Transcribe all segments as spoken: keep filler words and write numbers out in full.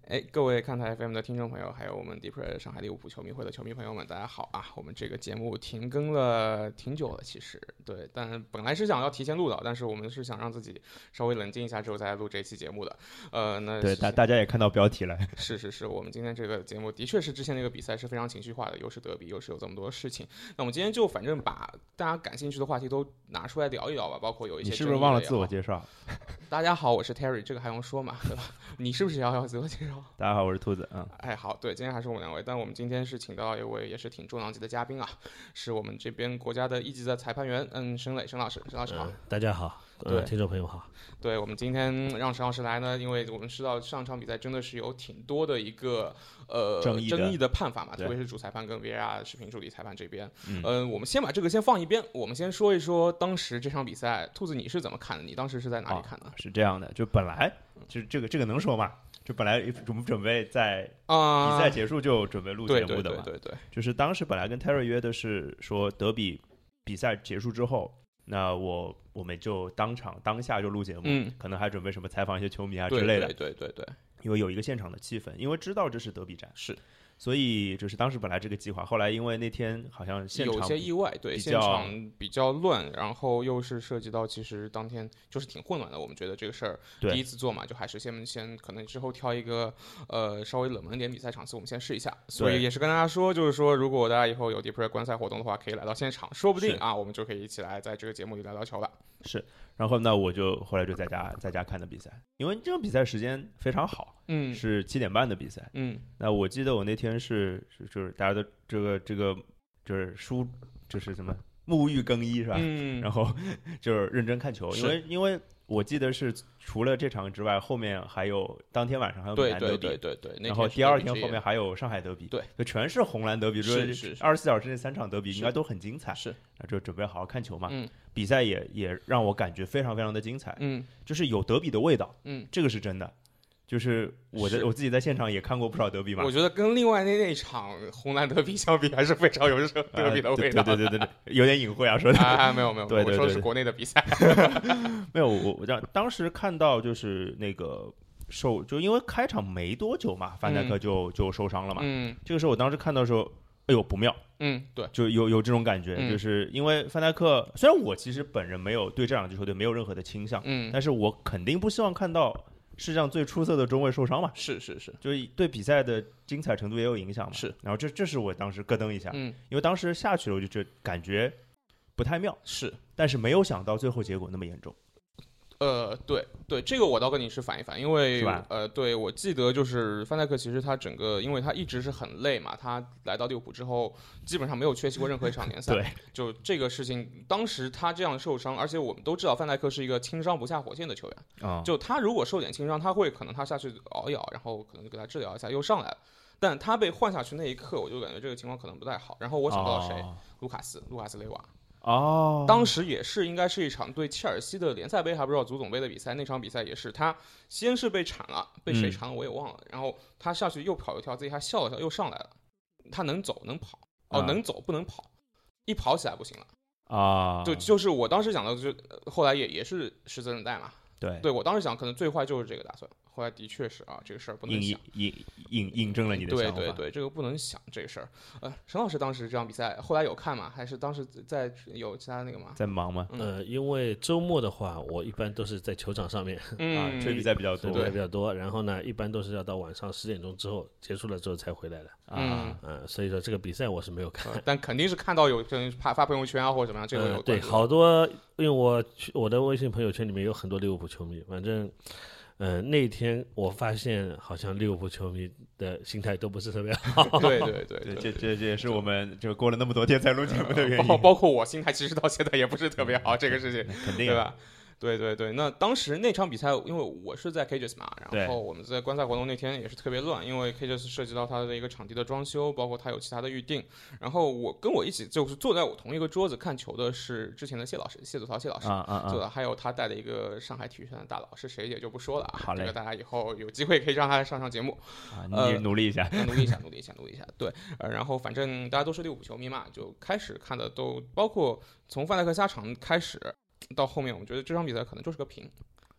哎，各位看台 F M 的听众朋友，还有我们 Deeper 上海利物浦球迷会的球迷朋友们，大家好啊！我们这个节目停更了挺久了，其实对，但本来是想要提前录的，但是我们是想让自己稍微冷静一下之后再来录这期节目的。呃，那对大大家也看到标题了， 是是是，我们今天这个节目的确是之前那个比赛是非常情绪化的，又是德比，又是有这么多事情。那我们今天就反正把大家感兴趣的话题都拿出来聊一聊吧，包括有一些你是不是忘了自我介绍？ 大家好，我是 Terry， 这个还用说嘛，对吧？你是不是也要要自我介绍？ 大家好，我是兔子啊、嗯。 哎，好，对，今天还是我们两位，但我们今天是请到一位也是挺重量级的嘉宾啊，是我们这边国家的一级的裁判员，嗯，沈磊，沈老师，沈老师好、 呃，大家好， 对、 呃，听众朋友好。 对，我们今天让沈老师来呢，因为我们知道上场比赛真的是有挺多的一个呃争议的争议的判罚嘛，特别是主裁判跟 V R 视频助理裁判这边。 嗯、 呃，我们先把这个先放一边，我们先说一说当时这场比赛，兔子你是怎么看的？你当时是在哪里看的？ 哦、是这样的，就本来就这个这个能说吗？就本来我们准备在比赛结束就准备录节目的嘛， 对对对对对， 就是当时本来跟 Terry 约的是说德比比赛结束之后，那我我们就当场当下就录节目， 嗯， 可能还准备什么采访一些球迷啊之类的， 对对对对对， 因为有一个现场的气氛，因为知道这是德比战， 是。 所以就是当时本来这个计划，后来因为那天好像现场有些意外，对，现场比较乱，然后又是涉及到其实当天就是挺混乱的。我们觉得这个事儿第一次做嘛，就还是先先可能之后挑一个呃稍微冷门一点比赛场次，我们先试一下。所以也是跟大家说，就是说如果大家以后有 Deeper 观赛活动的话，可以来到现场，说不定啊，我们就可以一起来在这个节目里聊聊球了。 是。然后呢，我就后来就在家在家看的比赛，因为这个比赛时间非常好， 嗯， 是七点半的比赛， 嗯， 那我记得我那天是就是大家的这个这个就是书就是什么沐浴更衣是吧？ 嗯， 然后就是认真看球，因为因为我记得是除了这场之外，后面还有当天晚上还有米兰德比， 对对对对对， 然后第二天后面还有上海德比， 对， 就全是红蓝德比， 是是二十四小时内三场德比应该都很精彩， 是， 那就准备好好看球嘛。 嗯， 比赛也也让我感觉非常非常的精彩， 嗯， 就是有德比的味道， 嗯， 这个是真的。就是我的我自己在现场也看过不少德比嘛， 我觉得跟另外那那场红蓝德比相比，还是非常有德比的味道、 呃。对对对对对，有点隐晦啊，说的。 啊，没有没有， 对对对， 我说的是国内的比赛。 没有，我我当当时看到就是那个受，就因为开场没多久嘛，范戴克就、嗯、就受伤了嘛。 嗯。 这个时候我当时看到的时候，哎呦不妙。 嗯，对， 就有有这种感觉、 嗯， 就是因为范戴克，虽然我其实本人没有对这两支球队没有任何的倾向， 嗯， 但是我肯定不希望看到世界上最出色的中卫受伤嘛， 是是是， 就是对比赛的精彩程度也有影响嘛， 是， 然后这这是我当时咯噔一下， 嗯， 因为当时下去了我就觉得感觉不太妙， 是， 但是没有想到最后结果那么严重。 呃，对对，这个我倒跟你是反一反，因为呃，对我记得就是范戴克其实他整个，因为他一直是很累嘛，他来到利物浦之后基本上没有缺席过任何一场联赛， 对， 就这个事情，当时他这样受伤，而且我们都知道范戴克是一个轻伤不下火线的球员， 啊、哦， 就他如果受点轻伤，他会可能他下去熬一熬，然后可能就给他治疗一下又上来了，但他被换下去那一刻，我就感觉这个情况可能不太好，然后我想到谁，哦、卢卡斯，卢卡斯雷瓦。 哦， 当时也是应该是一场对切尔西的联赛杯还不知道足总杯的比赛，那场比赛也是他先是被铲了，被谁铲了我也忘了、嗯，然后他下去又跑又跳，自己还笑了笑又上来了，他能走能跑哦、啊，能走不能跑，一跑起来不行了啊， 就就是我当时想的就后来也也是十字韧带嘛， 对对，我当时想可能最坏就是这个打算。后来的确是啊，这个事儿不能想， 印印印证了你的想法。 对对对，这个不能想这个事儿。呃，沈老师当时这场比赛后来有看吗？还是当时在有其他那个吗？ 在忙吗？ 嗯、呃，因为周末的话，我一般都是在球场上面、 嗯、 啊，吹比赛比较多， 对比较多。然后呢，一般都是要到晚上十点钟之后结束了之后才回来的。 嗯呃，所以说这个比赛我是没有看， 呃、但肯定是看到有人发发朋友圈啊或者怎么样，这个有、呃、 对好多，因为我我的微信朋友圈里面有很多利物浦球迷，反正。呃，那天我发现好像利物浦球迷的心态都不是特别好。 对对对对, 对，这这这也是我们就过了那么多天才录节目的原因。 包包括我心态其实到现在也不是特别好，这个事情肯定对吧？对对对，那当时那场比赛，因为我是在 Cages 嘛，然后我们在观赛活动那天也是特别乱，因为 Cages 涉及到它的一个场地的装修，包括它有其他的预定。然后我跟我一起就是坐在我同一个桌子看球的是之前的谢老师，谢祖涛谢老师， 啊啊啊， 还有他带的一个上海体育学院的大佬是谁也就不说了啊。 好嘞， 这个大家以后有机会可以让他上上节目， 啊，你努力一下， 呃、努力一下，努力一下，努力一下。对，呃，然后反正大家都是利物浦球迷嘛，就开始看的都包括从范戴克下场开始。到后面我们觉得这场比赛可能就是个平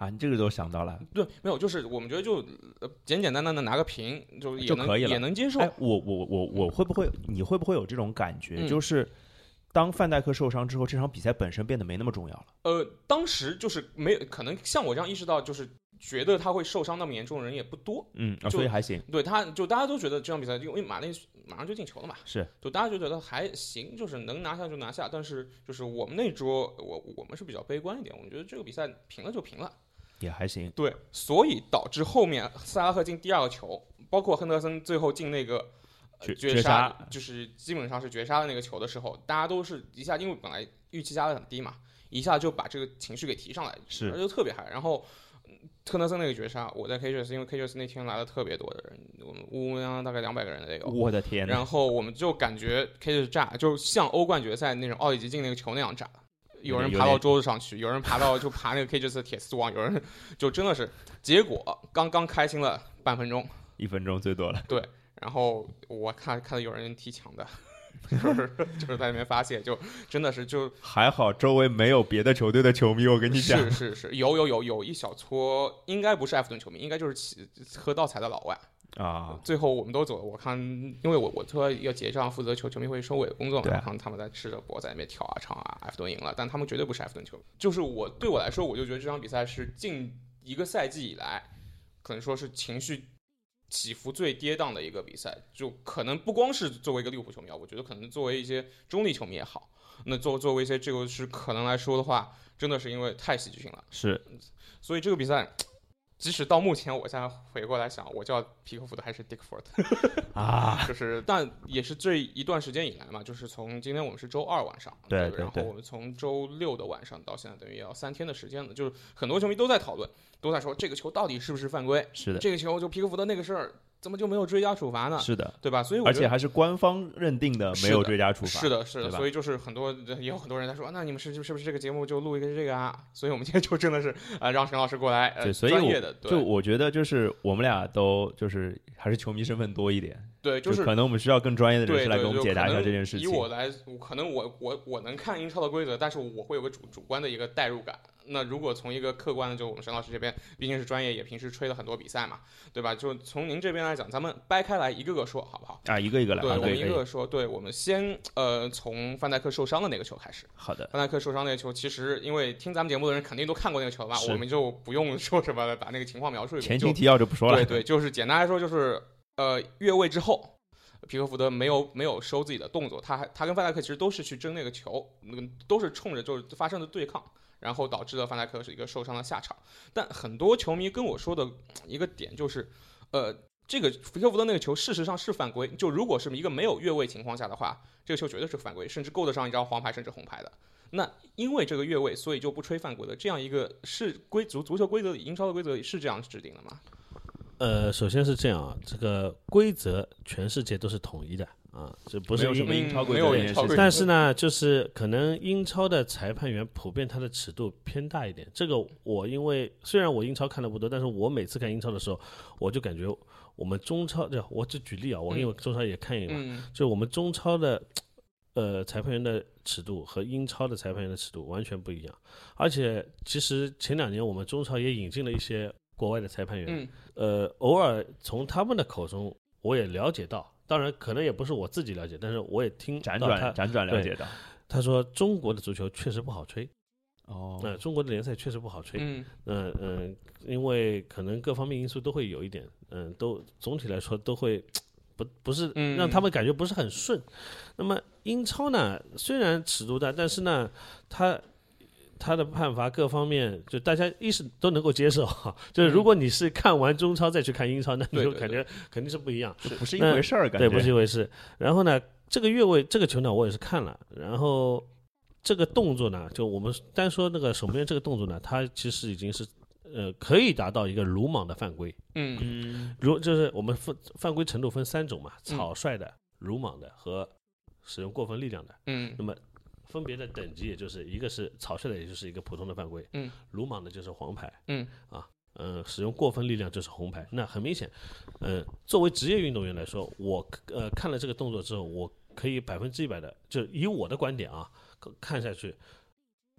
啊，你这个都想到了？ 对，没有，就是我们觉得就、呃、简简单单的拿个平就也能就可以了， 也能接受。 哎，我我我我会不会，你会不会有这种感觉， 嗯、 就是当范戴克受伤之后，这场比赛本身变得没那么重要了？ 呃，当时就是没可能像我这样意识到，就是觉得他会受伤那么严重的人也不多。 嗯，啊、所以还行。 对，他就大家都觉得这场比赛，因为马内马上就进球了嘛， 是， 就大家就觉得还行，就是能拿下就拿下。但是就是我们那桌，我我们是比较悲观一点，我们觉得这个比赛平了就平了。 也还行， 对，所以导致后面萨拉赫进第二个球，包括亨德森最后进那个、呃、绝杀， 就是基本上是绝杀的那个球的时候，大家都是一下，因为本来预期加的很低嘛，一下就把这个情绪给提上来， 是， 就特别嗨。然后亨德森那个绝杀，我在 K J S， 因为 K J S 那天来了特别多的人，我们乌泱大概两百个人的那个， 我的天！ 然后我们就感觉 K J S 炸，就像欧冠决赛那种奥里吉进那个球那样炸。有人爬到桌子上去，有人爬到就爬那个 K J S 的铁丝网，有人就真的是，结果刚刚开心了半分钟， 一分钟最多了。 对，然后我看看到有人踢墙的，就是就是在那边发泄，就真的是就还好周围没有别的球队的球迷，我跟你讲， 是是是，有有有有一小撮，应该不是埃弗顿球迷，应该就是起喝倒彩的老外。 啊， 最后我们都走了。我看，因为我我说要结账，负责球球迷会收尾的工作嘛，我看他们在吃着播，在那边跳啊唱啊，埃弗顿赢了，但他们绝对不是埃弗顿球迷。就是我对我来说，我就觉得这场比赛是近一个赛季以来，可能说是情绪起伏最跌宕的一个比赛。就可能不光是作为一个利物浦球迷啊，我觉得可能作为一些中立球迷也好，那作作为一些这个是可能来说的话，真的是因为太戏剧性了。 是， 所以这个比赛。即使到目前，我现在回过来想，我叫皮克福德还是 Dickford 啊？ 就是，但也是这一段时间以来嘛，就是从今天我们是周二晚上， 对对对， 然后我们从周六的晚上到现在，等于要三天的时间了。就是很多球迷都在讨论，都在说这个球到底是不是犯规？ 是的， 这个球就皮克福德那个事儿。怎么就没有追加处罚呢？ 是的， 对吧？所以我而且还是官方认定的没有追加处罚。 是的，是的，所以就是很多也有很多人在说，那你们是是不是这个节目就录一个这个啊？所以我们今天就真的是啊、呃，让陈老师过来，呃， 对，所以专业的。 就我觉得就是我们俩都就是还是球迷身份多一点。 对，就是就可能我们需要更专业的人士来给我们解答一下这件事情。 以我来，可能我我我能看英超的规则，但是我会有个主主观的一个代入感。那如果从一个客观的，就我们沈老师这边毕竟是专业，也平时吹了很多比赛嘛，对吧？就从您这边来讲，咱们掰开来一个个说，好不好？ 啊，一个一个来。 对， 啊、 我们一个个说。对，我们先呃从范戴克受伤的那个球开始。 好的。 范戴克受伤那个球，其实因为听咱们节目的人肯定都看过那个球吧，我们就不用说什么了，把那个情况描述一遍。 前情提要就不说了。 对对，就是简单来说，就是呃越位之后。皮克福德没有没有收自己的动作，他还他跟范戴克其实都是去争那个球，那个都是冲着就是发生的对抗，然后导致了范戴克是一个受伤的下场。但很多球迷跟我说的一个点就是，呃，这个皮克福德那个球事实上是犯规，就如果是一个没有越位情况下的话，这个球绝对是犯规，甚至够得上一张黄牌甚至红牌的。那因为这个越位，所以就不吹犯规的，这样一个是规足足球规则里，英超的规则里是这样制定的吗？ 呃，首先是这样啊，这个规则全世界都是统一的啊，这不是没有什么英超规则这件事情。 但是呢，就是可能英超的裁判员普遍他的尺度偏大一点。这个我因为虽然我英超看的不多，但是我每次看英超的时候，我就感觉我们中超，我就举例啊，我因为中超也看一个嘛， 嗯、 就我们中超的呃裁判员的尺度和英超的裁判员的尺度完全不一样。而且其实前两年我们中超也引进了一些国外的裁判员， 嗯、 呃，偶尔从他们的口中我也了解到，当然可能也不是我自己了解，但是我也听辗转辗转了解到， 他说中国的足球确实不好吹。 哦， 那、呃、中国的联赛确实不好吹， 嗯嗯、呃呃、因为可能各方面因素都会有一点，嗯、呃，都总体来说都会不不是让他们感觉不是很顺。嗯、那么英超呢，虽然尺度大，但是呢，他他的判罚各方面就大家意识都能够接受，就是如果你是看完中超再去看英超，那你就感觉肯定是不一样， 对对对，不是一回事儿，感觉对，不是一回事。然后呢，这个越位这个球呢，我也是看了，然后这个动作呢，就我们单说那个守门员这个动作呢，它其实已经是呃可以达到一个鲁莽的犯规。 嗯嗯，如就是我们犯犯规程度分三种嘛，草率的、鲁莽的和使用过分力量的。 嗯， 那么分别的等级，也就是一个是草率的，也就是一个普通的犯规， 嗯， 鲁莽的就是黄牌， 嗯啊，呃，使用过分力量就是红牌。那很明显，呃，作为职业运动员来说，我呃看了这个动作之后，我可以百分之一百的，就以我的观点啊，看下去，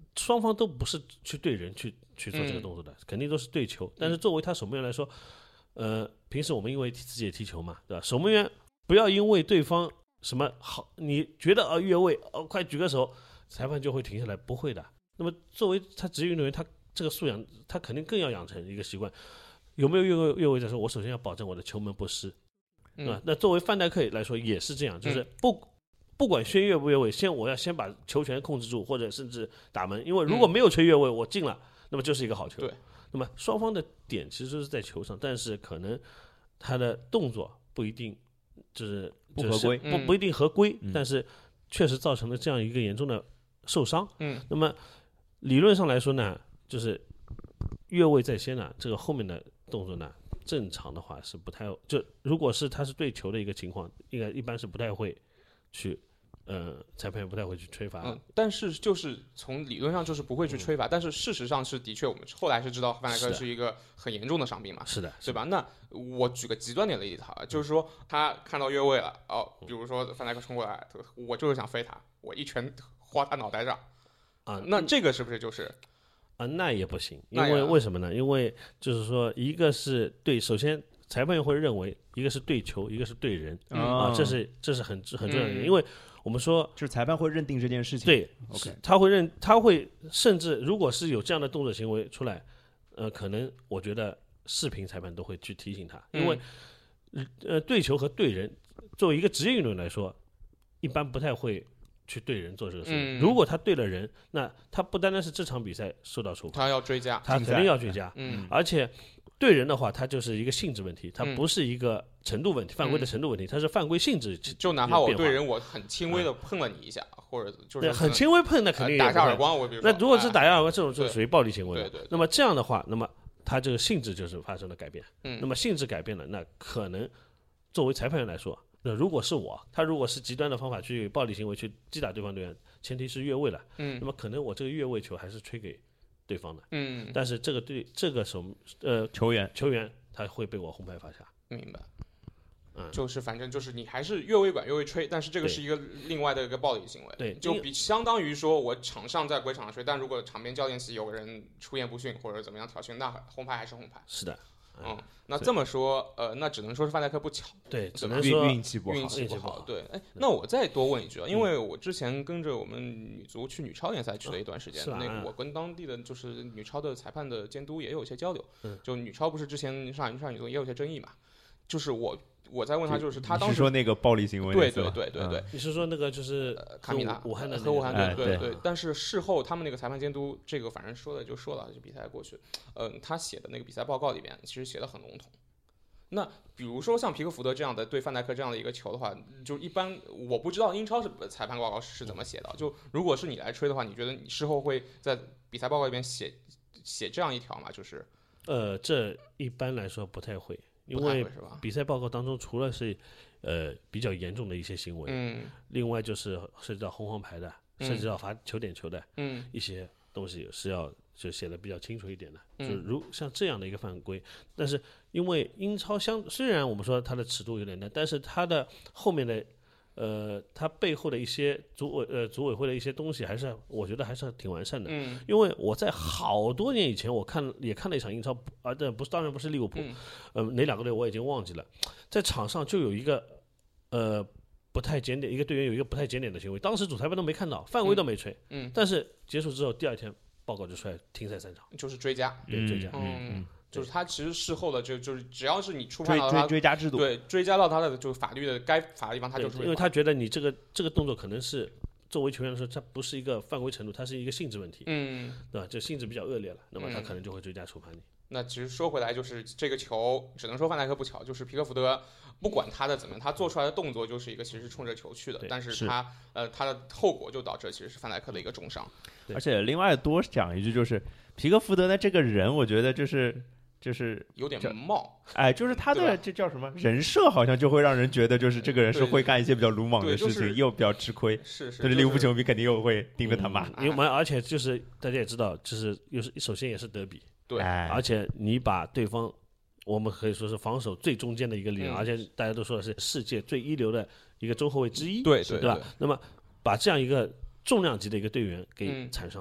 双方都不是去对人去去做这个动作的， 嗯、 肯定都是对球。但是作为他守门员来说，呃，平时我们因为自己也踢球嘛，对吧？守门员不要因为对方什么好，你觉得啊越位哦，快举个手，裁判就会停下来，不会的。那么作为他职业运动员，他这个素养，他肯定更要养成一个习惯。有没有越位越位的时候，我首先要保证我的球门不失， 嗯、 啊，那作为范戴克来说也是这样，就是不。嗯不管宣越不越位，先我要先把球权控制住，或者甚至打门，因为如果没有吹越位，我进了，那么就是一个好球。 对， 那么双方的点其实是在球上，但是可能他的动作不一定就是不合规， 不不一定合规，嗯、但是确实造成了这样一个严重的受伤。 嗯， 那么理论上来说呢，就是越位在先呢，这个后面的动作呢，正常的话是不太就如果是他是对球的一个情况，应该一般是不太会去。呃，裁判也不太会去吹罚， 嗯，但是就是从理论上就是不会去吹罚，嗯、但是事实上是的确，我们后来是知道范戴克是一个很严重的伤病嘛， 是的， 对吧？那我举个极端点的例子哈，就是说他看到越位了，哦，比如说范戴克冲过来，我就是想飞他，我一拳划他脑袋上， 啊， 那这个是不是就是啊？那也不行，因为为什么呢？因为就是说，一个是对，首先裁判会认为一个是对球，一个是对人， 嗯、 啊，这是这是很很重要的，嗯、因为。我们说， 就是裁判会认定这件事情。 对 ，OK， 他会认，他会甚至如果是有这样的动作行为出来，呃，可能我觉得视频裁判都会去提醒他，因为、嗯、呃，对球和对人，作为一个职业运动员来说，一般不太会去对人做这个事情。 嗯、 如果他对了人，那他不单单是这场比赛受到处罚， 他要追加， 他肯定要追加， 嗯， 而且。对人的话，它就是一个性质问题，它不是一个程度问题， 嗯、 犯规的程度问题，它是犯规性质。 就哪怕我对人我很轻微的碰了你一下，嗯、或者就是很轻微碰，那肯定也、 呃、打下耳光，我比如说， 那如果是打下耳光，这种就属于暴力行为了。 对对对。 那么这样的话，那么它这个性质就是发生了改变。 嗯。 那么性质改变了，那可能作为裁判员来说，那如果是我，他如果是极端的方法去暴力行为去击打对方队员，前提是越位了。 嗯。 那么可能我这个越位球还是吹给对方的。 嗯。 但是这个对这个手呃球员球员。他会被我红牌罚下， 明白？ 嗯， 就是反正就是你还是越位管越位吹，但是这个是一个另外的一个暴力行为， 对， 就比相当于说我场上在规场上吹，但如果场边教练席有个人出言不逊或者怎么样挑衅，那红牌还是红牌。 是的， 嗯，嗯那这么说，呃，那只能说是范戴克不巧， 对，只能说运气不好， 运气不好。对，哎，那我再多问一句啊，因为我之前跟着我们女足去女超联赛去了一段时间， 嗯、 那个我跟当地的就是女超的裁判的监督也有一些交流。 嗯， 就女超不是之前上海上海女足也有些争议嘛，就是我我在问他，就是他当时你是说那个暴力行为， 对对对对对， 你是说那个就是卡米拉武汉的和武汉队， 对对对。但是事后他们那个裁判监督这个反正说了就说了，就比赛过去，嗯，他写的那个比赛报告里边其实写的很笼统。那比如说像皮克福德这样的对范戴克这样的一个球的话，就一般我不知道英超是裁判报告是怎么写的。就如果是你来吹的话，你觉得你事后会在比赛报告里边写写这样一条吗？就是呃，这一般来说不太会，因为比赛报告当中除了是呃比较严重的一些行为， 嗯， 另外就是涉及到红黄牌的，涉及到罚球点球的， 嗯， 一些东西是要就写的比较清楚一点的， 嗯、 就如像这样的一个犯规，但是因为英超相虽然我们说它的尺度有点大，但是它的后面的呃它背后的一些组委呃组委会的一些东西，还是我觉得还是挺完善的。 嗯， 因为我在好多年以前我看也看了一场英超，啊，这不是当然不是利物浦， 嗯， 呃哪两个队我已经忘记了，在场上就有一个呃。不太检点，一个队员有一个不太检点的行为，当时主裁判都没看到，犯规都没吹， 嗯， 但是结束之后，第二天报告就出来停赛三场， 就是追加， 对追加， 嗯，嗯就是他其实事后的就就是只要是你触犯到他追追加制度， 对追加到他的就是法律的该罚的地方，他就是因为他觉得你这个这个动作可能是作为球员来说，它不是一个犯规程度，它是一个性质问题， 嗯， 对吧？就性质比较恶劣了，那么他可能就会追加处罚你。 嗯、那其实说回来，就是这个球只能说范戴克不巧，就是皮克福德。不管他的怎么样，他做出来的动作就是一个其实是冲着球去的，但是他呃他的后果就导致其实是范戴克的一个重伤。 而且另外多讲一句，就是皮克福德的这个人，我觉得就是就是有点冒， 哎，就是他的这叫什么人设，好像就会让人觉得就是这个人是会干一些比较鲁莽的事情， 就是、 又比较吃亏。 是是， 对利物浦球迷肯定又会盯着他骂。 因为、嗯、而且就是大家也知道，就是又是首先也是德比， 对， 哎、 而且你把对方。我们可以说是防守最中间的一个力量， 嗯、 而且大家都说的是世界最一流的一个中后卫之一， 对对对吧？那么把这样一个重量级的一个队员给铲伤了， 嗯、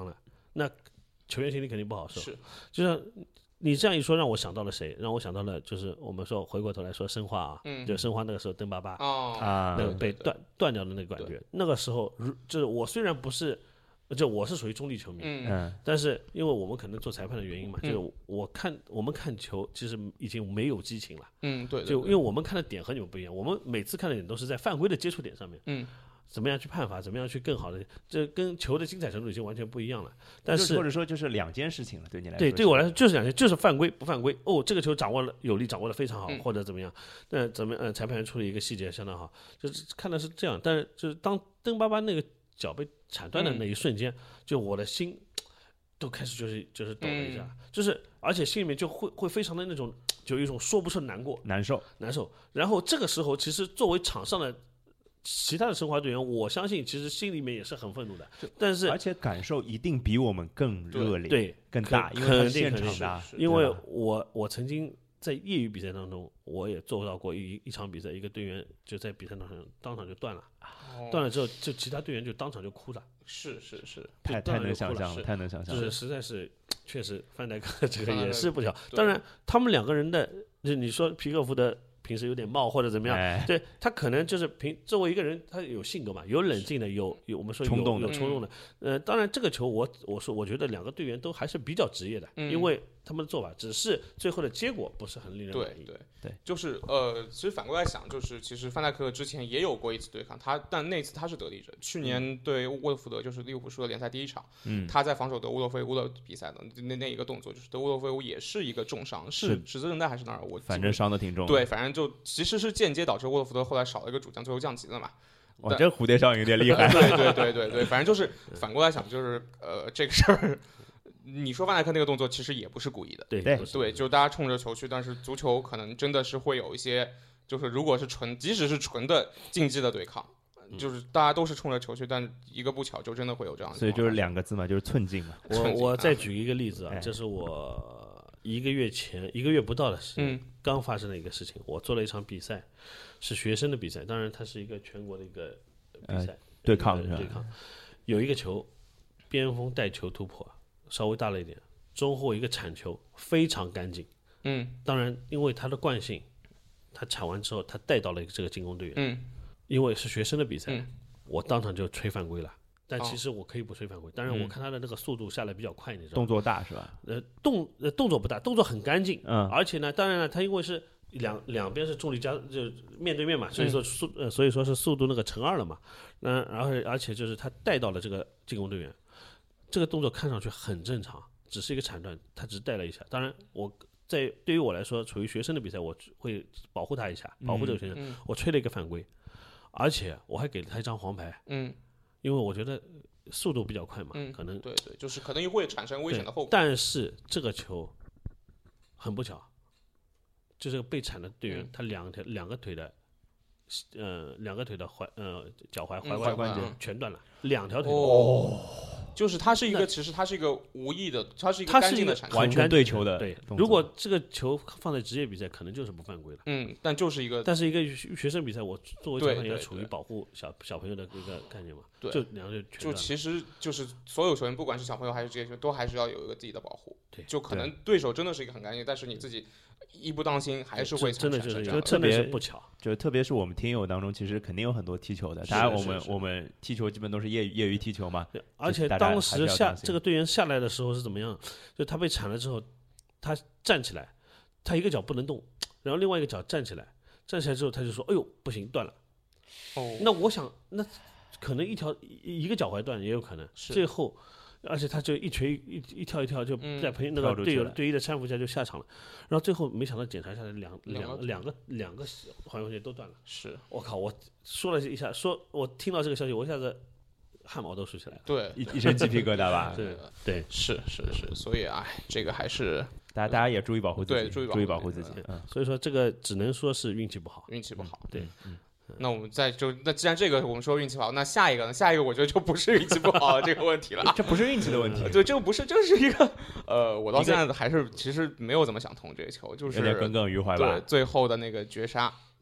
那球员心里肯定不好受。 是， 就像你这样一说，让我想到了谁？让我想到了就是我们说回过头来说申花啊， 嗯， 就申花那个时候登巴巴哦啊， 那个被断断掉的那个感觉，那个时候就是我虽然不是。就我是属于中立球迷， 嗯， 但是因为我们可能做裁判的原因嘛，嗯、就是我看我们看球其实已经没有激情了， 嗯，对， 对， 对， 就因为我们看的点和你们不一样，我们每次看的点都是在犯规的接触点上面， 嗯， 怎么样去判罚，怎么样去更好的，这跟球的精彩程度已经完全不一样了。但是或者说就是两件事情了，对你来说， 对，对我来说就是两件，就是犯规不犯规。哦，这个球掌握了有力，掌握的非常好， 嗯、 或者怎么样？那怎么呃，裁判员处理一个细节相当好，就是看的是这样。但是就是当登巴巴那个脚被铲断的那一瞬间，嗯、就我的心都开始就是就是抖了一下，嗯、就是而且心里面就会会非常的那种，就有一种说不出难过、 难受、 难受。然后这个时候，其实作为场上的其他的申花队员，我相信其实心里面也是很愤怒的，但是而且感受一定比我们更热烈、 对更大，因为它是现场的。 因为我我曾经在业余比赛当中，我也做到过一一场比赛，一个队员就在比赛当中当场就断了，哦、断了之后，就其他队员就当场就哭了。 是是是， 太太能想象了，太能想象了， 就是实在是确实范戴克这个也是不巧。当然，他们两个人的，就你说皮克福的平时有点冒或者怎么样， 哎、 对他可能就是平作为一个人，他有性格嘛，有冷静的，有有我们说有冲动的， 有冲动的。呃，当然这个球我我说我觉得两个队员都还是比较职业的， 嗯、 因为他们的做法只是最后的结果不是很令人满意。 对对对， 就是呃，其实反过来想，就是其实范戴克之前也有过一次对抗，他但那次他是得利者。去年对沃特福德就是利物浦输了联赛第一场， 嗯， 他在防守德乌洛菲乌的比赛的那那一个动作，就是德乌洛菲乌也是一个重伤，是十字韧带还是哪儿？我反正伤的挺重的。 对，反正就其实是间接导致沃特福德后来少了一个主将，最后降级了嘛。 哇，这蝴蝶效应有点厉害。 对对对对对，反正就是反过来想，就是呃这个事儿。你说范戴克那个动作其实也不是故意的， 对对对，就大家冲着球去，但是足球可能真的是会有一些，就是如果是纯，即使是纯的竞技的对抗，就是大家都是冲着球去，但一个不巧就真的会有这样的。 所以就是两个字嘛，就是寸劲嘛。 我我再举一个例子啊，这是我一个月前一个月不到的时间、嗯、刚发生的一个事情。我做了一场比赛，是学生的比赛，当然它是一个全国的一个比赛，呃、 对抗对抗，有一个球，边锋带球突破。稍微大了一点，中后一个铲球非常干净， 嗯， 当然因为他的惯性，他铲完之后他带到了这个进攻队员， 嗯， 因为是学生的比赛， 嗯、 我当场就吹犯规了，但其实我可以不吹犯规，当然我看他的那个速度下来比较快，你知道吗？ 动作大是吧？ 呃，动呃动作不大，动作很干净， 嗯， 而且呢，当然了，他因为是两两边是重力加，就面对面嘛，所以说速、呃、所以说是速度那个乘二了嘛，那然后而且就是他带到了这个进攻队员。这个动作看上去很正常，只是一个铲断，他只是带了一下。当然，我在对于我来说，处于学生的比赛，我会保护他一下，保护这个学生。 嗯、 我吹了一个犯规，而且我还给了他一张黄牌。 嗯， 因为我觉得速度比较快嘛， 嗯、 可能对对，就是可能会产生危险的后果。 但是这个球很不巧，就是被铲的队员，嗯、他两条两个腿的。呃，两个腿的踝呃脚踝踝踝关节全断了，两条腿哦，就是它是一个，其实它是一个无意的，它是一个干净的铲球， 完全对球的。 对，如果这个球放在职业比赛，可能就是不犯规了。 嗯，但就是一个， 但是一个学生比赛，我作为裁判也要处于保护小小朋友的一个概念嘛。 对， 就两个全就其实就是所有球员，不管是小朋友还是职业球员，都还是要有一个自己的保护。 对， 就可能对手真的是一个很干净，但是你自己。一不当心还是会真的就是就特别不巧， 就特别是我们听友当中，其实肯定有很多踢球的。当然，我们我们踢球基本都是业余业余踢球嘛。 而且当时下这个队员下来的时候是怎么样？就他被铲了之后，他站起来，他一个脚不能动，然后另外一个脚站起来，站起来之后他就说：“哎呦，不行，断了。” 哦， 那我想，那可能一条一个脚踝断也有可能。最后。而且他就一锤一一跳一跳就在朋友那个队友队医的搀扶下就下场了，然后最后没想到检查下来两两两个两个踝关节都断了。 是， 我靠！我说了一下，说我听到这个消息，我一下子汗毛都竖起来了， 对， 一一身鸡皮疙瘩吧？ 对对， 是是是，所以哎，这个还是大家大家也注意保护自己， 对，注意注意保护自己。 嗯，所以说这个只能说是运气不好， 运气不好， 对。 那我们再就那既然这个我们说运气不好，那下一个呢？下一个我觉得就不是运气不好这个问题了。 这不是运气的问题， 对，这个不是，这是一个呃，我到现在还是其实没有怎么想通这个球，就是有点耿耿于怀吧。 对，最后的那个绝杀，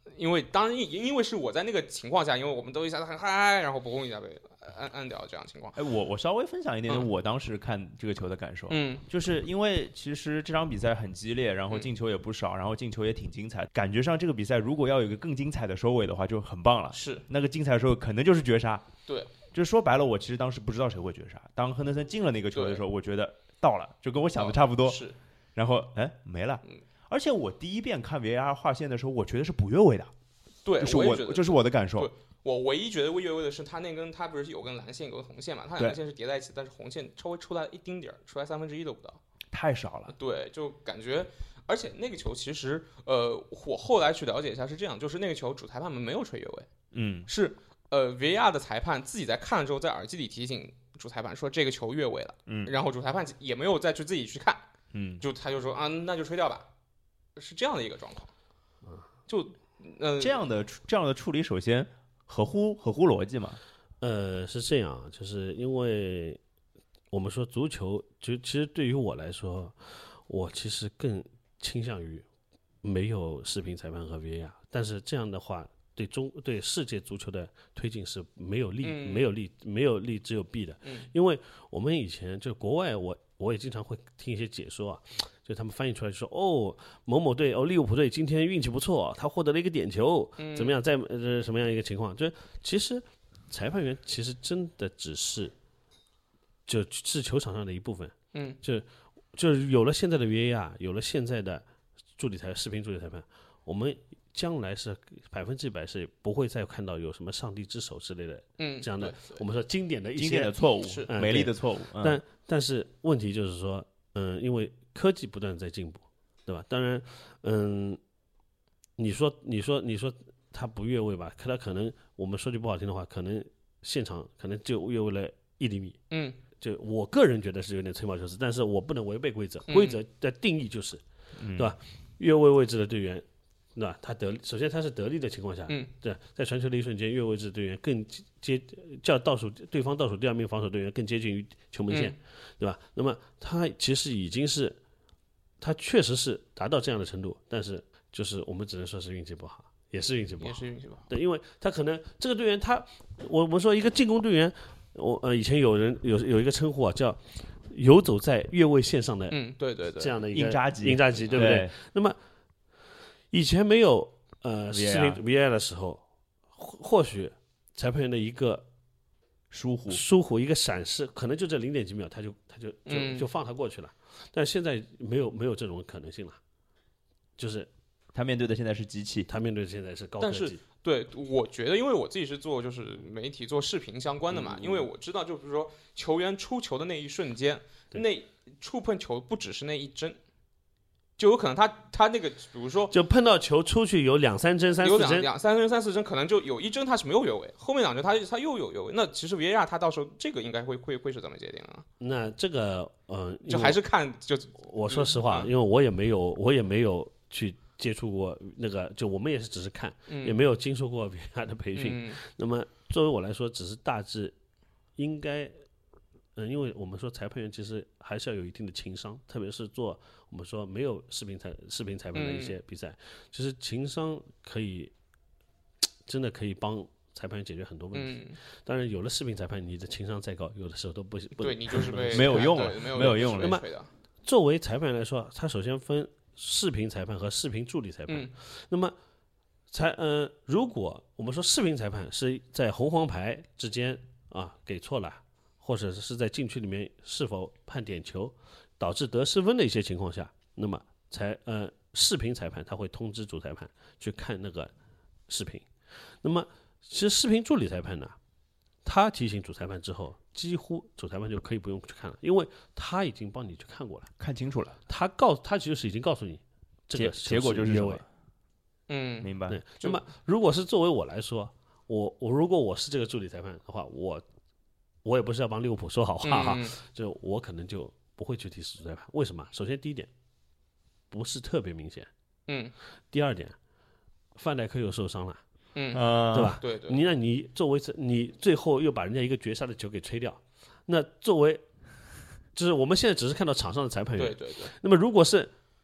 因为当然因为是我在那个情况下，因为我们都一下子很嗨，然后不公一下被按按掉这样的情况。 哎，我我稍微分享一点点我当时看这个球的感受， 嗯， 就是因为其实这场比赛很激烈，然后进球也不少，然后进球也挺精彩，感觉上这个比赛如果要有一个更精彩的收尾的话，就很棒了。 是那个精彩的时候可能就是绝杀。 对， 就说白了，我其实当时不知道谁会绝杀。当亨德森进了那个球的时候，我觉得到了，就跟我想的差不多。 是， 然后哎没了。 嗯， 而且我第一遍看 V A R 划线的时候，我觉得是不越位的。 对， 这是我这是我的感受。 我唯一觉得越位的是他那根，他不是有根蓝线有根红线嘛？他两根线是叠在一起，但是红线稍微出来一丁点儿，出来三分之一都不到，太少了。 对，就感觉，而且那个球其实，呃，我后来去了解一下是这样，就是那个球主裁判们没有吹越位， 嗯， 是呃 V A R 的裁判自己在看了之后，在耳机里提醒主裁判说这个球越位了， 嗯， 然后主裁判也没有再去自己去看， 嗯， 就他就说啊，那就吹掉吧，是这样的一个状况，就。呃， 这样的这样的处理，首先合乎合乎逻辑嘛？ 呃，是这样，就是因为我们说足球，就其实对于我来说，我其实更倾向于没有视频裁判和 V A R， 但是这样的话，对中对世界足球的推进是没有利、嗯、没有利没有利只有弊的， 嗯、 因为我们以前就国外我。我也经常会听一些解说啊，就他们翻译出来就说哦，某某队哦，利物浦队今天运气不错，他获得了一个点球， 嗯、 怎么样，在呃什么样一个情况？就其实裁判员其实真的只是就是球场上的一部分， 嗯， 就就是有了现在的 V A R， 有了现在的助理裁视频助理裁判，我们将来是百分之百是不会再看到有什么上帝之手之类的， 嗯， 这样的我们说经典的一些经典的错误， 是嗯、 美丽的错误， 嗯、但。但是问题就是说，嗯，因为科技不断在进步，对吧？当然，嗯，你说，你说，你说他不越位吧？可他可能，我们说句不好听的话，可能现场可能就越位了一厘米。 嗯， 就我个人觉得是有点吹毛求疵，但是我不能违背规则，规则的定义就是， 嗯、 对吧？越位位置的队员。对吧？他得首先他是得力的情况下， 嗯， 对，在传球的一瞬间，越位置队员更接叫倒数对方倒数第二名防守队员更接近于球门线， 嗯、 对吧？那么他其实已经是，他确实是达到这样的程度，但是就是我们只能说是运气不好，也是运气不好， 也是运气不好。 对，因为他可能这个队员他，我们说一个进攻队员，我呃以前有人有有一个称呼啊叫游走在越位线上的， 嗯，对对对， 这样的一个硬扎机， 硬扎机，对不对？ 对那么。以前没有呃视频 V A R 的时候，或许裁判员的一个疏忽、 疏忽一个闪失，可能就这零点几秒，他就他就就、 嗯、 就放他过去了。但现在没有没有这种可能性了，就是他面对的现在是机器， 他面对的现在是高科技。 但是对，我觉得因为我自己是做就是媒体做视频相关的嘛， 嗯、 因为我知道就是说球员出球的那一瞬间，那触碰球不只是那一帧。就有可能他他那个，比如说， 就碰到球出去有两三帧、三四帧， 有两两三帧、三四帧，可能就有一帧他是没有越位，后面两帧他他又有越位。那其实 V A R 他到时候这个应该会会会是怎么界定啊？ 那这个呃， 就还是看就我说实话， 嗯、 因为我也没有我也没有去接触过那个，就我们也是只是看， 嗯、 也没有经受过 V A R 的培训。 嗯、 那么作为我来说，只是大致应该。嗯，因为我们说裁判员其实还是要有一定的情商，特别是做我们说没有视频裁视频裁判的一些比赛， 嗯、 其实情商可以真的可以帮裁判员解决很多问题。 嗯、 当然，有了视频裁判，你的情商再高，有的时候都不不对你就是被没有用了， 没有没有用了。 那么作为裁判来说，他首先分视频裁判和视频助理裁判。 嗯、 那么裁呃，如果我们说视频裁判是在红黄牌之间啊给错了。或者是在禁区里面是否判点球，导致得失分的一些情况下，那么裁呃视频裁判他会通知主裁判去看那个视频。那么其实视频助理裁判呢，他提醒主裁判之后，几乎主裁判就可以不用去看了，因为他已经帮你去看过了， 看清楚了。 他告他其实已经告诉你这个结果就是越位。 嗯， 明白。 对。那么如果是作为我来说，我我如果我是这个助理裁判的话，我。我也不是要帮利物浦说好话哈， 嗯、 就我可能就不会去提示主裁判。为什么？首先第一点，不是特别明显。 嗯。 第二点，范戴克又受伤了。 嗯。 对吧？ 对对。 你那你作为你最后又把人家一个绝杀的球给吹掉，那作为就是我们现在只是看到场上的裁判员。 对对对。 那么如果是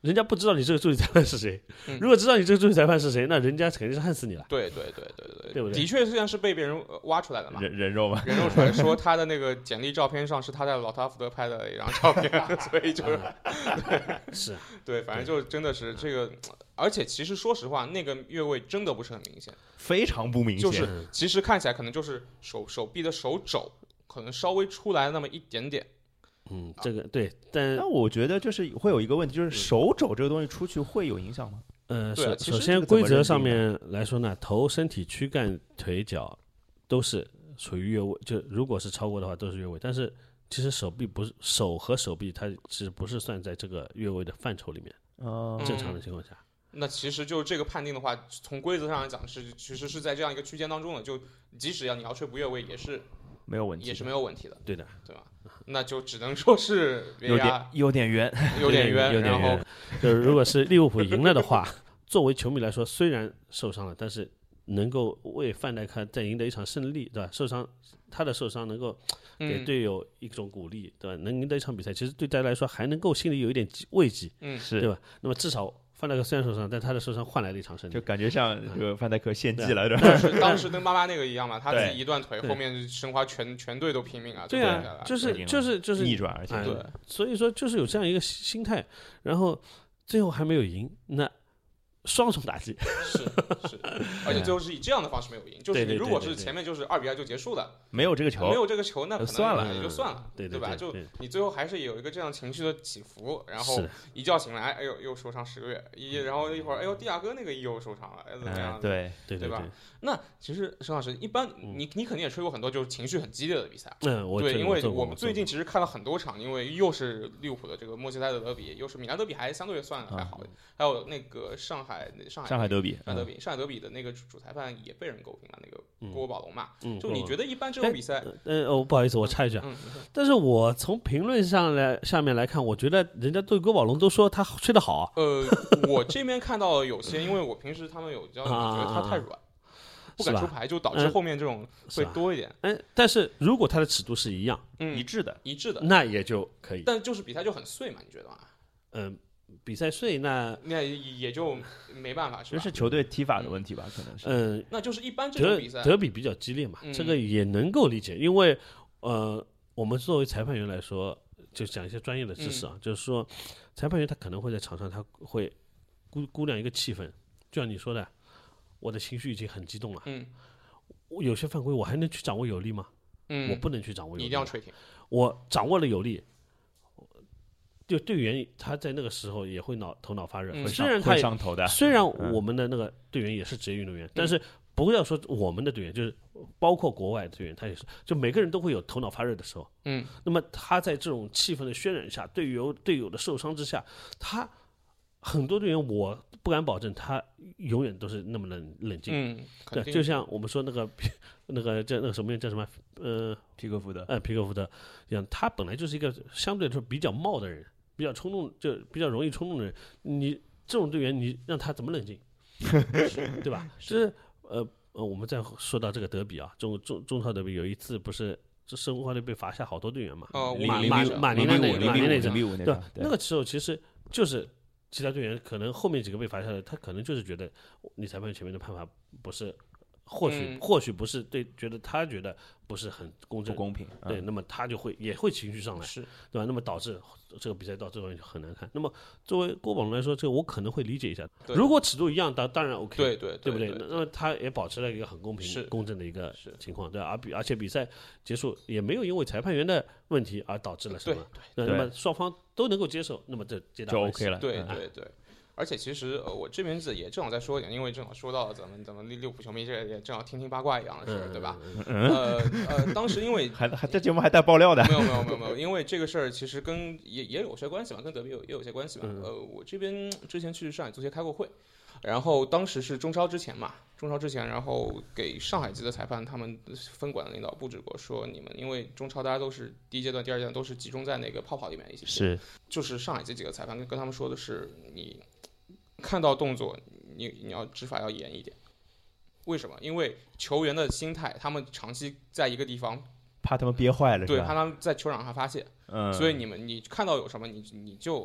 人家不知道你这个助理裁判是谁。如果知道你这个助理裁判是谁，那人家肯定是恨死你了。 对对对对对， 对不对？ 的确，实际上是被别人挖出来的嘛， 人人肉嘛， 人肉出来说他的那个简历照片上是他在老特拉福德拍的一张照片，所以就是， 是啊， 对，反正就真的是这个，而且其实说实话，那个越位真的不是很明显， 非常不明显， 就是其实看起来可能就是手手臂的手肘可能稍微出来那么一点点。 嗯，这个对，但那我觉得就是会有一个问题，就是手肘这个东西出去会有影响吗？ 呃，首首先规则上面来说呢，头、身体、躯干、腿脚都是属于越位，就如果是超过的话都是越位。但是其实手臂不是手和手臂，它其实不是算在这个越位的范畴里面。 哦， 正常的情况下。 那其实就这个判定的话，从规则上来讲是其实是在这样一个区间当中的，就即使要你要吹不越位也是没有问题， 也是没有问题的。 对的， 对吧？那就只能说是有点有点冤， 有点冤。 有点然后就是如果是利物浦赢了的话，作为球迷来说，虽然受伤了，但是能够为范戴克再赢得一场胜利，对吧？受伤，他的受伤能够给队友一种鼓励，对吧？能赢得一场比赛，其实对大家来说还能够心里有一点慰藉， 嗯， 是对吧？那么至少范戴克虽然受伤，但他的受伤换来了一场胜利， 就感觉像这个范戴克献祭了， 对吧？是当时跟妈妈那个一样嘛，他自己一断腿，后面申花全全队都拼命啊， 对啊，就是就是就是逆转，而且对， 所以说就是有这样一个心态，然后最后还没有赢，那双重打击， 是是，而且最后是以这样的方式没有赢，就是你如果是前面就是二比二就结束了， 没有这个球， 没有这个球，那可能算了也就算了， 对对吧？就你最后还是有一个这样情绪的起伏，然后一觉醒来，哎呦又受伤十个月，一然后一会儿哎呦蒂亚戈那个又受伤了，哎怎么样？ 对对对吧？那其实沈老师一般你你肯定也吹过很多就是情绪很激烈的比赛， 嗯，我对，因为我们最近其实看了很多场，因为又是利物浦的这个莫西塞德德比，又是米兰德比，还相对算还好，还有那个上海上海上海德比， 上海德比，上海德比的那个主裁判也被人诟病了，那个郭宝龙嘛。 嗯， 就你觉得一般这种比赛， 呃哦，不好意思，我插一句，但是我从评论上来下面来看，我觉得人家对郭宝龙都说他吹得好。 呃，我这边看到有些，因为我平时他们有教，觉得他太软。不敢出牌，就导致后面这种会多一点。 嗯，但是如果它的尺度是一样、 嗯、 一致的、 一致的， 那也就可以。 但就是比赛就很碎嘛，你觉得吗？ 嗯，比赛碎那那也就没办法，是吧？ 这是球队踢法的问题吧？可能是。 嗯， 那就是一般这种比赛德比比较激烈嘛， 嗯、 这个也能够理解，因为呃，我们作为裁判员来说，就讲一些专业的知识啊， 嗯、 就是说，裁判员他可能会在场上他会估估量一个气氛，就像你说的，我的情绪已经很激动了。 嗯。 有些犯规我还能去掌握有力吗？ 嗯， 我不能去掌握有力， 你一定要吹停。 我掌握了有力，就队员他在那个时候也会脑头脑发热， 嗯、 虽然他会上头的。 虽然我们的那个队员也是职业运动员，嗯、但是不要说我们的队员，就是包括国外的队员，他也是，就每个人都会有头脑发热的时候。 嗯， 那么他在这种气氛的渲染下，队友队友的受伤之下，他很多队员我不敢保证他永远都是那么冷冷静。 嗯， 对，就像我们说那个那个叫那个什么叫什么呃皮克福德， 呃皮克福德一样，他本来就是一个相对来说比较冒的人，比较冲动，就比较容易冲动的人。你这种队员，你让他怎么冷静？对吧？就是呃呃，我们再说到这个德比啊，中中中超德比有一次不是。这申花队被罚下好多队员嘛？ 哦， 马马马宁的那个，马宁那个，对吧？那个时候其实就是其他队员可能后面几个被罚下来，他可能就是觉得你裁判前面的判罚不是，或许、嗯、或许不是对，觉得他觉得不是很公正、 不公平， 对， 嗯、 那么他就会也会情绪上来， 是对吧？那么导致这个比赛到最后就很难看。那么作为郭宝龙来说，这个我可能会理解一下，如果尺度一样，当当然 OK， 对对对不对？那么他也保持了一个很公平、公正的一个情况，对吧？而比而且比赛结束也没有因为裁判员的问题而导致了什么，那么双方都能够接受，那么这皆大就 OK 了， 对对对。而且其实呃，我这边子也正好再说一点，因为正好说到咱们咱们利物浦球迷这也正好听听八卦一样的事儿，对吧？ 嗯、 呃呃，当时因为还还这节目还带爆料的， 没有没有没有没有，因为这个事儿其实跟也也有些关系嘛，跟德比有也有些关系吧。呃，我这边之前去上海足协开过会，然后当时是中超之前嘛，中超之前，然后给上海籍的裁判他们分管的领导布置过，说你们因为中超大家都是第一阶段、第二阶段都是集中在那个泡泡里面一起， 是就是上海这几个裁判跟跟他们说的是你。看到动作，你你要执法要严一点。为什么？因为球员的心态，他们长期在一个地方， 怕他们憋坏了， 对，怕他们在球场上发泄。 嗯， 所以你们你看到有什么，你你就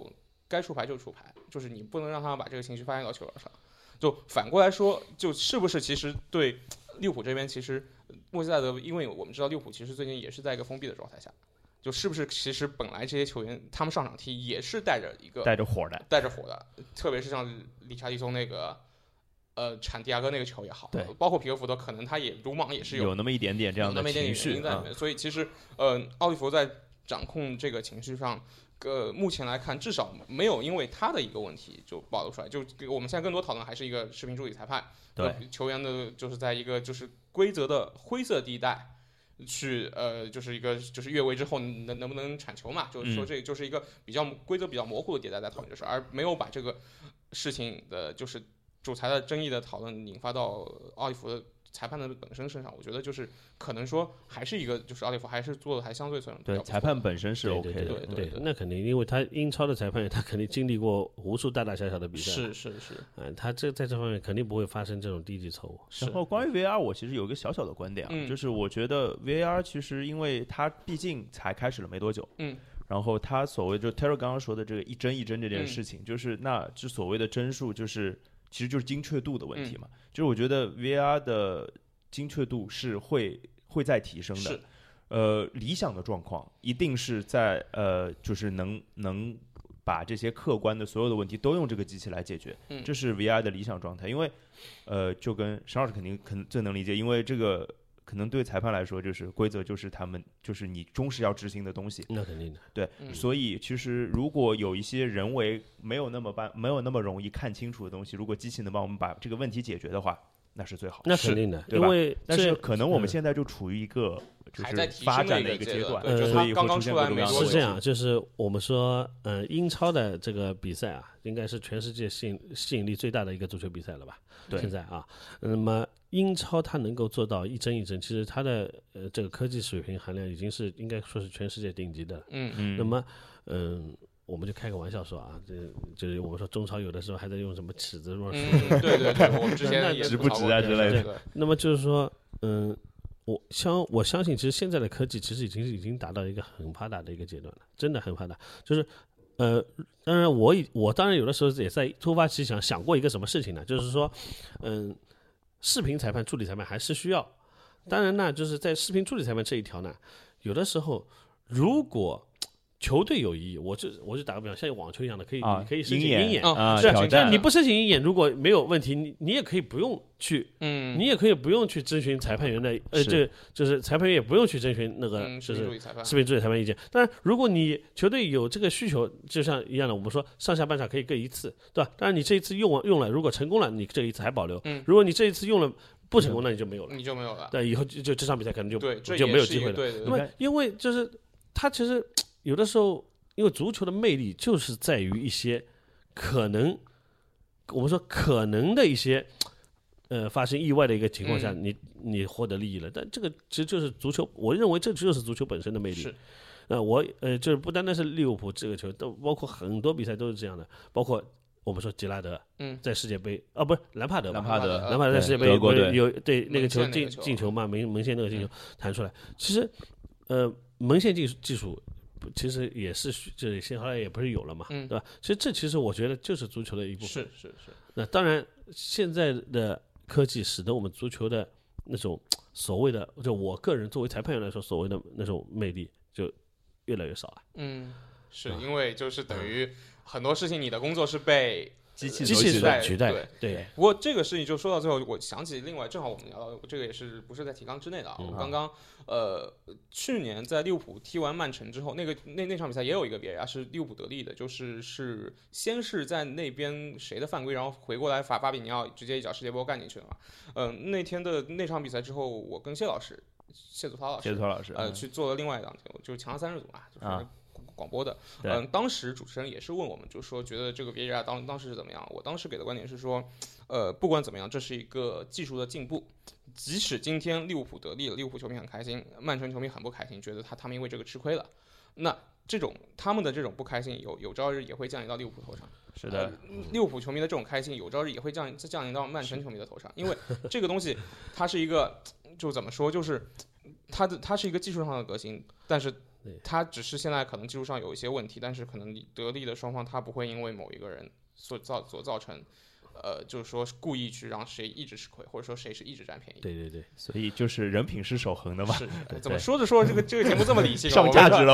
该出牌就出牌，就是你不能让他把这个情绪发泄到球场上。就反过来说，就是不是其实对利物浦这边，其实莫西塞德，因为我们知道利物浦其实最近也是在一个封闭的状态下，就是不是其实本来这些球员他们上场踢也是带着一个带着火的， 带着火的，特别是像理查利松那个。呃，铲迪亚哥那个球也好， 对， 包括皮克福德，可能他也鲁莽也是有有那么一点点这样的情绪在里面，所以其实呃，奥利弗在掌控这个情绪上，呃，目前来看至少没有因为他的一个问题就暴露出来。就我们现在更多讨论还是一个视频助理裁判， 对球员的就是在一个就是规则的灰色地带。去呃，就是一个就是越位之后能能不能铲球嘛？就是说这就是一个比较规则比较模糊的地带在讨论这事，而没有把这个事情的就是主裁的争议的讨论引发到奥利弗的裁判的本身身上。我觉得就是可能说还是一个就是奥利弗还是做的还相对算对裁判本身是 OK 的， 对对 对, 对那肯定，因为他英超的裁判他肯定经历过无数大大小小的比赛， 是是是， 嗯，他这在这方面肯定不会发生这种低级错误。 然后关于 V A R， 我其实有一个小小的观点啊， 嗯、 就是我觉得 V A R 其实因为它毕竟才开始了没多久， 嗯。 然后他所谓就 Terry 刚刚说的这个一帧一帧这件事情， 嗯、 就是那之所谓的帧数，就是其实就是精确度的问题嘛。嗯、就是我觉得 V A R 的精确度是会会在提升的。呃，理想的状况一定是在呃，就是能能把这些客观的所有的问题都用这个机器来解决， 嗯、 这是 V A R 的理想状态。因为呃，就跟沈老师肯定肯最能理解，因为这个。可能对裁判来说，就是规则就是他们就是你终是要执行的东西。 那肯定的。 对， 嗯、 所以其实如果有一些人为没有那么办没有那么容易看清楚的东西，如果机器能帮我们把这个问题解决的话，那是最好的。 那肯定的， 对吧？ 因为但是可能我们现在就处于一个就是发展的一个阶段， 呃、 所以会出现各种各样的是这样，就是我们说，呃，英超的这个比赛啊，应该是全世界吸引吸引力最大的一个足球比赛了吧？ 对， 现在啊，那么。英超它能够做到一帧一帧，其实它的呃这个科技水平含量已经是应该说是全世界顶级的。 嗯嗯。 那么，嗯、呃，我们就开个玩笑说啊，这就是我们说中超有的时候还在用什么尺子乱数、 嗯。对对对，我们之前值不值啊之类的。 那么就是说，嗯、呃，我相我相信，其实现在的科技其实已经已经达到一个很发达的一个阶段了，真的很发达。就是呃，当然我我当然有的时候也在突发奇想想过一个什么事情呢？就是说，嗯、呃。视频裁判、助理裁判还是需要，当然呢，就是在视频助理裁判这一条呢，有的时候如果球队有异议，我就我就打个比方，像网球一样的，可以、 啊、 你可以申请鹰眼啊， 是，但你不申请鹰眼，如果没有问题，你你也可以不用去， 嗯， 你也可以不用去征询裁判员的，呃，这就是裁判员也不用去征询那个就是视频助理裁判意见。当然，如果你球队有这个需求，就像一样的，我们说上下半场可以各一次，对吧？当然你这一次用用了，如果成功了，你这一次还保留； 嗯， 如果你这一次用了不成功，那你就没有了， 你就没有了。 对，以后就就这场比赛可能就对就没有机会了。 对对对， 那么因为就是他其实有的时候。因为足球的魅力就是在于一些可能，我们说可能的一些，呃，发生意外的一个情况下， 嗯、 你你获得利益了。但这个其实就是足球，我认为这就是足球本身的魅力。 是， 呃，我呃，就是不单单是利物浦这个球，都包括很多比赛都是这样的，包括我们说吉拉德， 嗯， 在世界杯啊，不是兰帕德， 兰帕德， 兰帕德在世界杯有有对那个球进进球嘛，门门线那个进球弹出来，其实，呃，门线技术技术。其实也是，这些后来也不是有了嘛， 嗯、 对吧？其实这其实我觉得就是足球的一部分。 是是是。 那当然，现在的科技使得我们足球的那种所谓的，就我个人作为裁判员来说，所谓的那种魅力就越来越少了。 嗯，是因为就是等于很多事情，你的工作是被机器机器代取代。 对对。 不过这个事情就说到最后，我想起另外，正好我们聊到这个也是不是在提纲之内的啊？ 嗯、 我刚刚。呃，去年在利物浦踢完曼城之后，那个那那场比赛也有一个 V A R 是利物浦得利的，就是是先是在那边谁的犯规，然后回过来法巴比尼奥直接一脚世界波干进去了嘛。嗯、呃，那天的那场比赛之后，我跟谢老师、谢祖涛老师、 谢祖涛老师， 呃，去做了另外一档节目，就是强三十组嘛，就是。 啊广播的，嗯、呃，当时主持人也是问我们，就说觉得这个 V A R 当当时是怎么样？我当时给的观点是说，呃，不管怎么样，这是一个技术的进步。即使今天利物浦得利了，利物浦球迷很开心，曼城球迷很不开心，觉得他他们因为这个吃亏了。那这种他们的这种不开心，有有朝日也会降临到利物浦头上。 是的、 呃，利物浦球迷的这种开心，有朝日也会降降临到曼城球迷的头上，因为这个东西它是一个，就怎么说，就是它的它是一个技术上的革新，但是他只是现在可能技术上有一些问题，但是可能得利的双方他不会因为某一个人所造所造成。呃，就是说故意去让谁一直吃亏，或者说谁是一直占便宜。 对对对， 所以就是人品是守恒的嘛。 是，怎么说着说着这个这个节目这么理性、啊， 上价值了。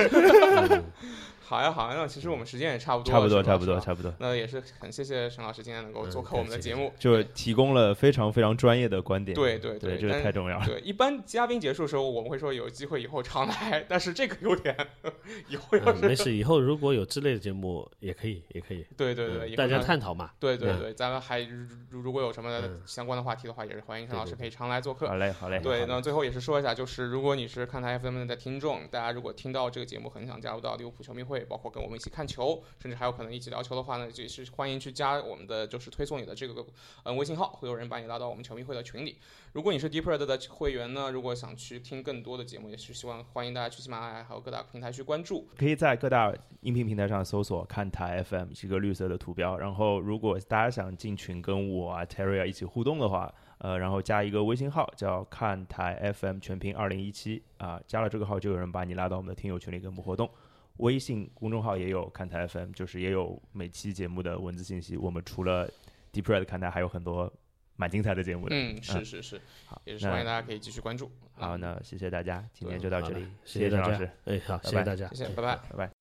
好呀好呀，那其实我们时间也差不多， 差不多差不多差不多。 那也是很谢谢沈老师今天能够做客我们的节目， 嗯、就提供了非常非常专业的观点。 对对对，这个太重要了。 对，一般嘉宾结束的时候，我们会说有机会以后常来，但是这个有点以后要是、 嗯、没事，以后如果有之类的节目也可以，也可以。 对对对， 嗯、大家探讨嘛。 对对对，嗯、咱们还如果有什么相关的话题的话，也是欢迎沈老师可以常来做客。 好嘞好嘞。 对，那最后也是说一下，就是如果你是看台 F M 的听众，大家如果听到这个节目很想加入到利物浦球迷会，包括跟我们一起看球，甚至还有可能一起聊球的话呢，也是欢迎去加我们的就是推送你的这个嗯微信号，会有人把你拉到我们球迷会的群里。如果你是 Deep Red 的会员呢，如果想去听更多的节目，也是希望欢迎大家去喜马拉雅还有各大平台去关注。 可以在各大音频平台上搜索看台 F M 是一个绿色的图标，然后如果大家想进群跟我啊 Terry 啊一起互动的话，呃，然后加一个微信号叫看台 F M 全拼二零一七啊，加了这个号就有人把你拉到我们的听友群里跟我们互动。微信公众号也有看台 F M， 就是也有每期节目的文字信息。我们除了 Deep Red 看台，还有很多蛮精彩的节目的。 嗯，是是是，好，也是欢迎大家可以继续关注。 好，那谢谢大家，今天就到这里， 谢谢陈老师。 哎，好，谢谢大家， 谢谢，拜拜， 拜拜。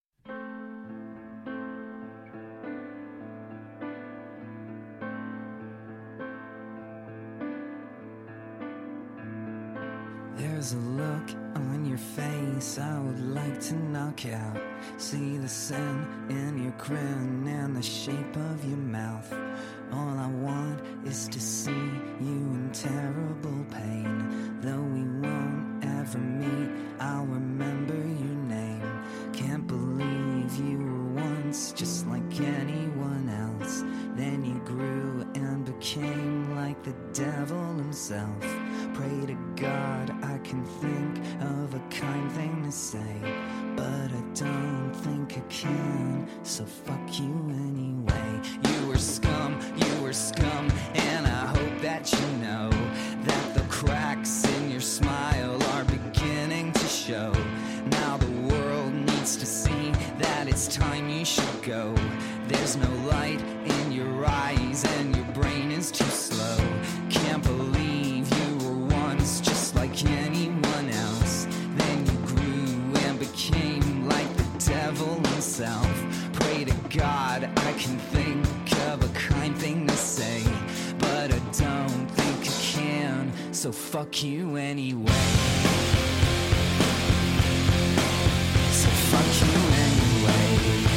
There's a look on your face I would like to knock out. See the sin in your grin and the shape of your mouth. All I want is to see you in terrible pain. Though we won't ever meet, I'll remember your name. Can't believe you were once just like anyone else. Then you grew and became like the devil himself. Pray to God I can think of a kind thing to say, but I don't think I can, so fuck you anyway. You were scum, you were scum, and I hope that you know that the cracks in your smile are beginning to show. Now the world needs to see that it's time you should go. There's no light in your eyes and your brain is too slow. Can't believe you were once just like anyone else. Then you grew and became like the devil himself. Pray to God I can think of a kind thing to say, but I don't think I can, so fuck you anyway. So fuck you anyway.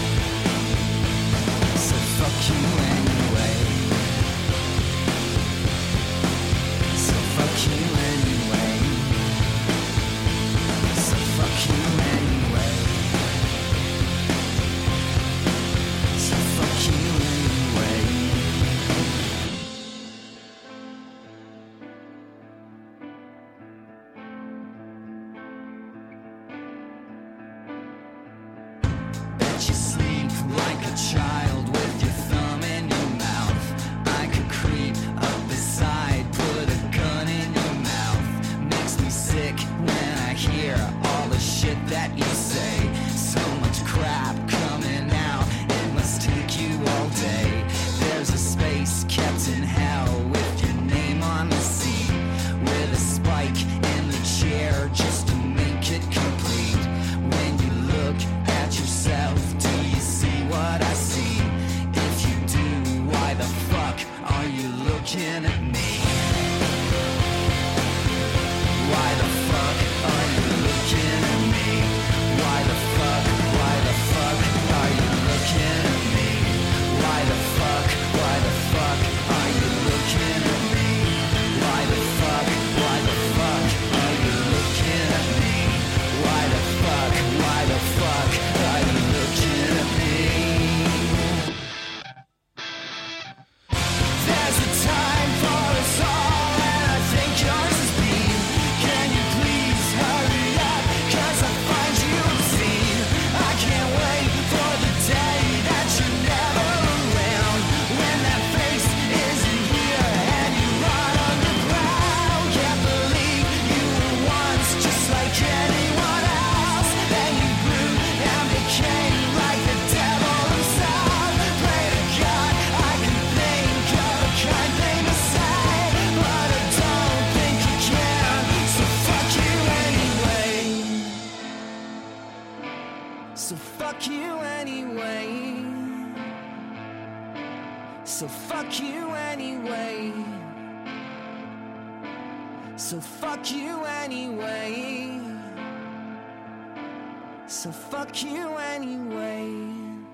So fuck you anyway. So fuck you anyway. So fuck you anyway. So fuck you anyway. Bet you sleep like a child with your thumb in your mouth. I could creep up beside, put a gun in your mouth. Makes me sick when I hear all the shit that you say. So much crap coming out, it must take you all day. There's a space kept in hell with your name on the seat, with a spike in the chair just to make it complete. When you look at yourself, do you see what I see? If you do, why the fuck are you looking at me? Why the fuck are you looking at me? Why the fuck, why the fuck are you looking at me? Why the fuck, why the fuck are you looking at me? Why the fuck, why the fuck are you looking at me? Why the fuck, why the fuck are you looking at me? There's a time for So fuck you anyway. So fuck you anyway. So fuck you anyway. So fuck you anyway.